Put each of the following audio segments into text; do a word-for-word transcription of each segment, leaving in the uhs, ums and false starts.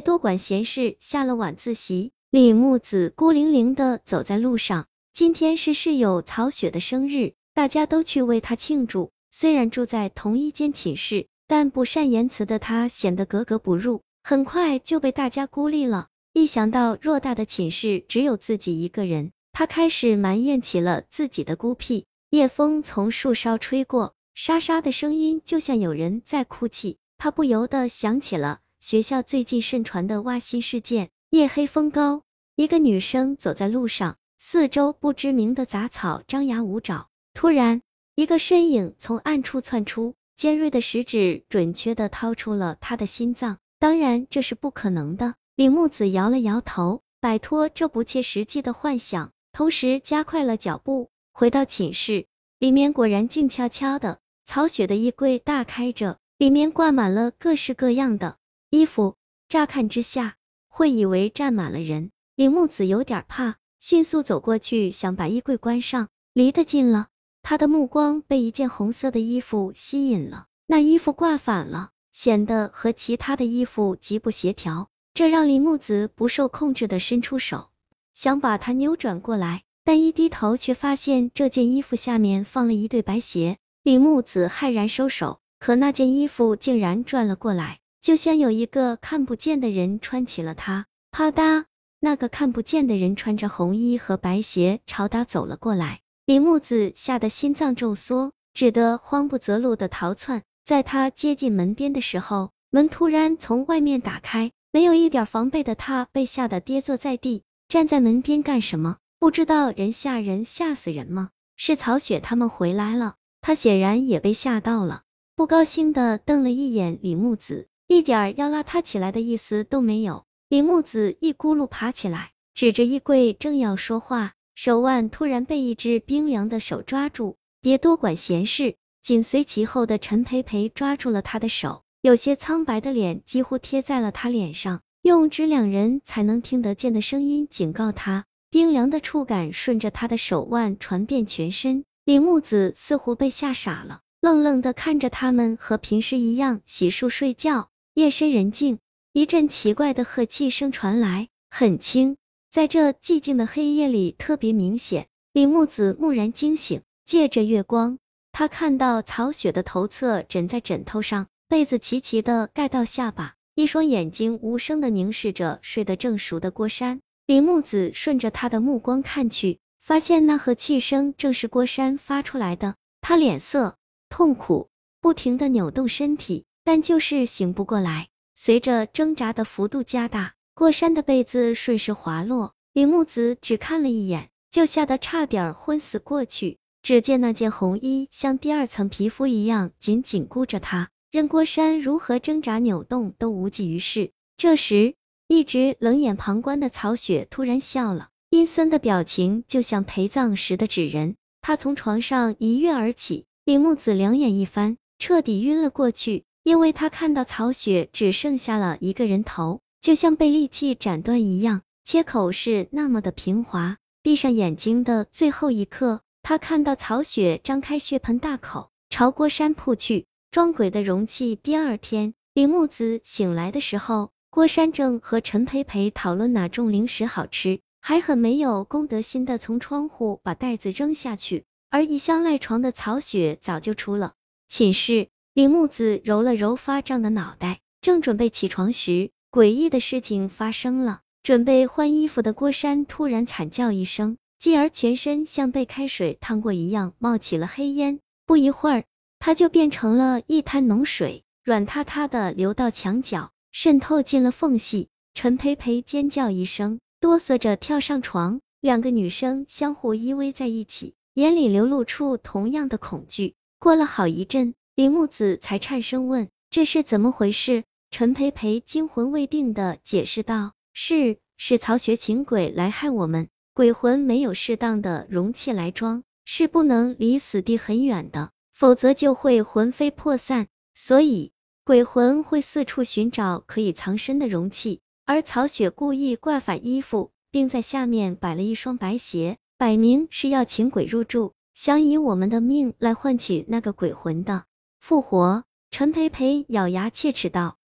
多管闲事。下了晚自习，李木子孤零零的走在路上。今天是室友曹雪的生日，大家都去为他庆祝。虽然住在同一间寝室，但不善言辞的他显得格格不入，很快就被大家孤立了。一想到偌大的寝室只有自己一个人，他开始埋怨起了自己的孤僻。夜风从树梢吹过，沙沙的声音就像有人在哭泣。他不由得想起了学校最近盛传的挖心事件。夜黑风高，一个女生走在路上，四周不知名的杂草张牙舞爪。突然，一个身影从暗处窜出，尖锐的食指准确的掏出了她的心脏。当然这是不可能的。李木子摇了摇头，摆脱这不切实际的幻想，同时加快了脚步。回到寝室，里面果然静悄悄的。曹雪的衣柜大开着，里面挂满了各式各样的衣服，乍看之下会以为站满了人。李木子有点怕，迅速走过去想把衣柜关上。离得近了，他的目光被一件红色的衣服吸引了。那衣服挂反了，显得和其他的衣服极不协调，这让李木子不受控制的伸出手，想把它扭转过来，但一低头却发现这件衣服下面放了一对白鞋。李木子骇然收手，可那件衣服竟然转了过来，就像有一个看不见的人穿起了它。啪嗒，那个看不见的人穿着红衣和白鞋朝他走了过来。李木子吓得心脏骤缩，只得慌不择路的逃窜。在他接近门边的时候，门突然从外面打开，没有一点防备的他被吓得跌坐在地。站在门边干什么？不知道人吓人吓死人吗？是曹雪他们回来了。他显然也被吓到了，不高兴的瞪了一眼李木子，一点要拉他起来的意思都没有。李木子一咕噜爬起来，指着衣柜正要说话，手腕突然被一只冰凉的手抓住。别多管闲事。紧随其后的陈培培抓住了他的手，有些苍白的脸几乎贴在了他脸上，用只两人才能听得见的声音警告他。冰凉的触感顺着他的手腕传遍全身。李木子似乎被吓傻了，愣愣的看着他们和平时一样洗漱睡觉。夜深人静，一阵奇怪的呵气声传来，很轻，在这寂静的黑夜里特别明显。李木子蓦然惊醒，借着月光，他看到曹雪的头侧枕在枕头上，被子齐齐的盖到下巴，一双眼睛无声的凝视着睡得正熟的郭山。李木子顺着他的目光看去，发现那呵气声正是郭山发出来的。他脸色痛苦，不停的扭动身体，但就是醒不过来。随着挣扎的幅度加大，郭山的被子顺势滑落，李木子只看了一眼，就吓得差点昏死过去。只见那件红衣像第二层皮肤一样紧紧箍着他，任郭山如何挣扎扭动都无济于事。这时，一直冷眼旁观的曹雪突然笑了，阴森的表情就像陪葬时的纸人。他从床上一跃而起，李木子两眼一翻，彻底晕了过去，因为他看到曹雪只剩下了一个人头，就像被利器斩断一样，切口是那么的平滑。闭上眼睛的最后一刻，他看到曹雪张开血盆大口朝郭山扑去，装鬼的容器。第二天，李木子醒来的时候，郭山正和陈培培讨论哪种零食好吃，还很没有公德心的从窗户把袋子扔下去。而一向赖床的曹雪早就出了寝室。李木子揉了揉发胀的脑袋，正准备起床时，诡异的事情发生了。准备换衣服的郭山突然惨叫一声，继而全身像被开水烫过一样冒起了黑烟，不一会儿他就变成了一滩脓水，软塌塌的流到墙角，渗透进了缝隙。陈培培尖叫一声，哆嗦着跳上床，两个女生相互依偎在一起，眼里流露出同样的恐惧。过了好一阵，李木子才颤声问，这是怎么回事？陈培培惊魂未定的解释道，是是曹雪请鬼来害我们，鬼魂没有适当的容器来装，是不能离死地很远的，否则就会魂飞魄散，所以鬼魂会四处寻找可以藏身的容器。而曹雪故意挂反衣服，并在下面摆了一双白鞋，摆明是要请鬼入住，想以我们的命来换取那个鬼魂的复活。陈培培咬牙切齿道，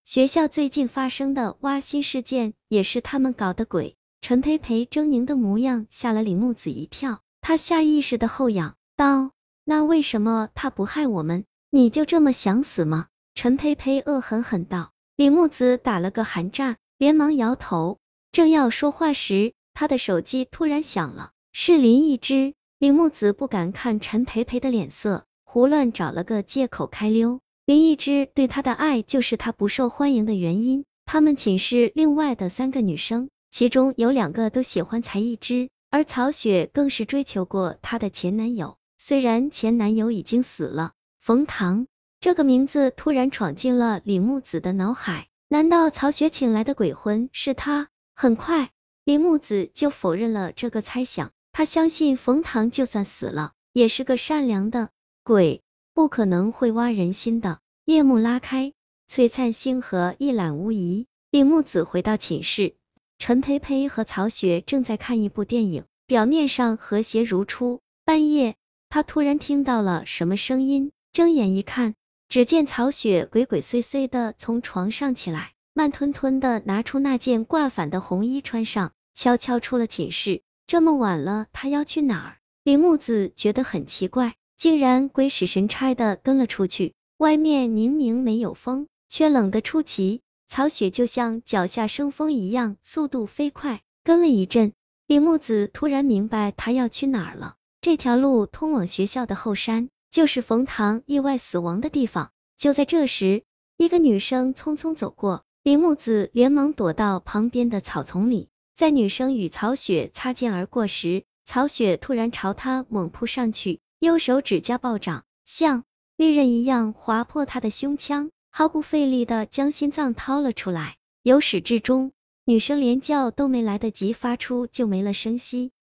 学校最近发生的挖心事件也是他们搞的鬼。陈培培狰狞的模样吓了李木子一跳，他下意识的后仰道，那为什么他不害我们？你就这么想死吗？陈培培恶狠狠道。李木子打了个寒战，连忙摇头。正要说话时，他的手机突然响了，是林一之。李木子不敢看陈培培的脸色，胡乱找了个借口开溜。林一之对他的爱就是他不受欢迎的原因。他们寝室另外的三个女生，其中有两个都喜欢才艺之，而曹雪更是追求过她的前男友，虽然前男友已经死了。冯唐这个名字突然闯进了李木子的脑海，难道曹雪请来的鬼魂是他？很快李木子就否认了这个猜想，他相信冯唐就算死了也是个善良的鬼，不可能会挖人心的。夜幕拉开，璀璨星河一览无遗。李木子回到寝室，陈培培和曹雪正在看一部电影，表面上和谐如初。半夜他突然听到了什么声音，睁眼一看，只见曹雪鬼鬼祟祟的从床上起来，慢吞吞的拿出那件挂反的红衣穿上，悄悄出了寝室。这么晚了，他要去哪儿？李木子觉得很奇怪，竟然鬼使神差的跟了出去。外面明明没有风，却冷得出奇。曹雪就像脚下生风一样，速度飞快，跟了一阵，李木子突然明白他要去哪儿了。这条路通往学校的后山，就是冯唐意外死亡的地方。就在这时，一个女生匆匆走过，李木子连忙躲到旁边的草丛里。在女生与曹雪擦肩而过时，曹雪突然朝她猛扑上去，右手指甲暴涨，像利刃一样划破她的胸腔，毫不费力的将心脏掏了出来。由始至终，女生连叫都没来得及发出就没了声息。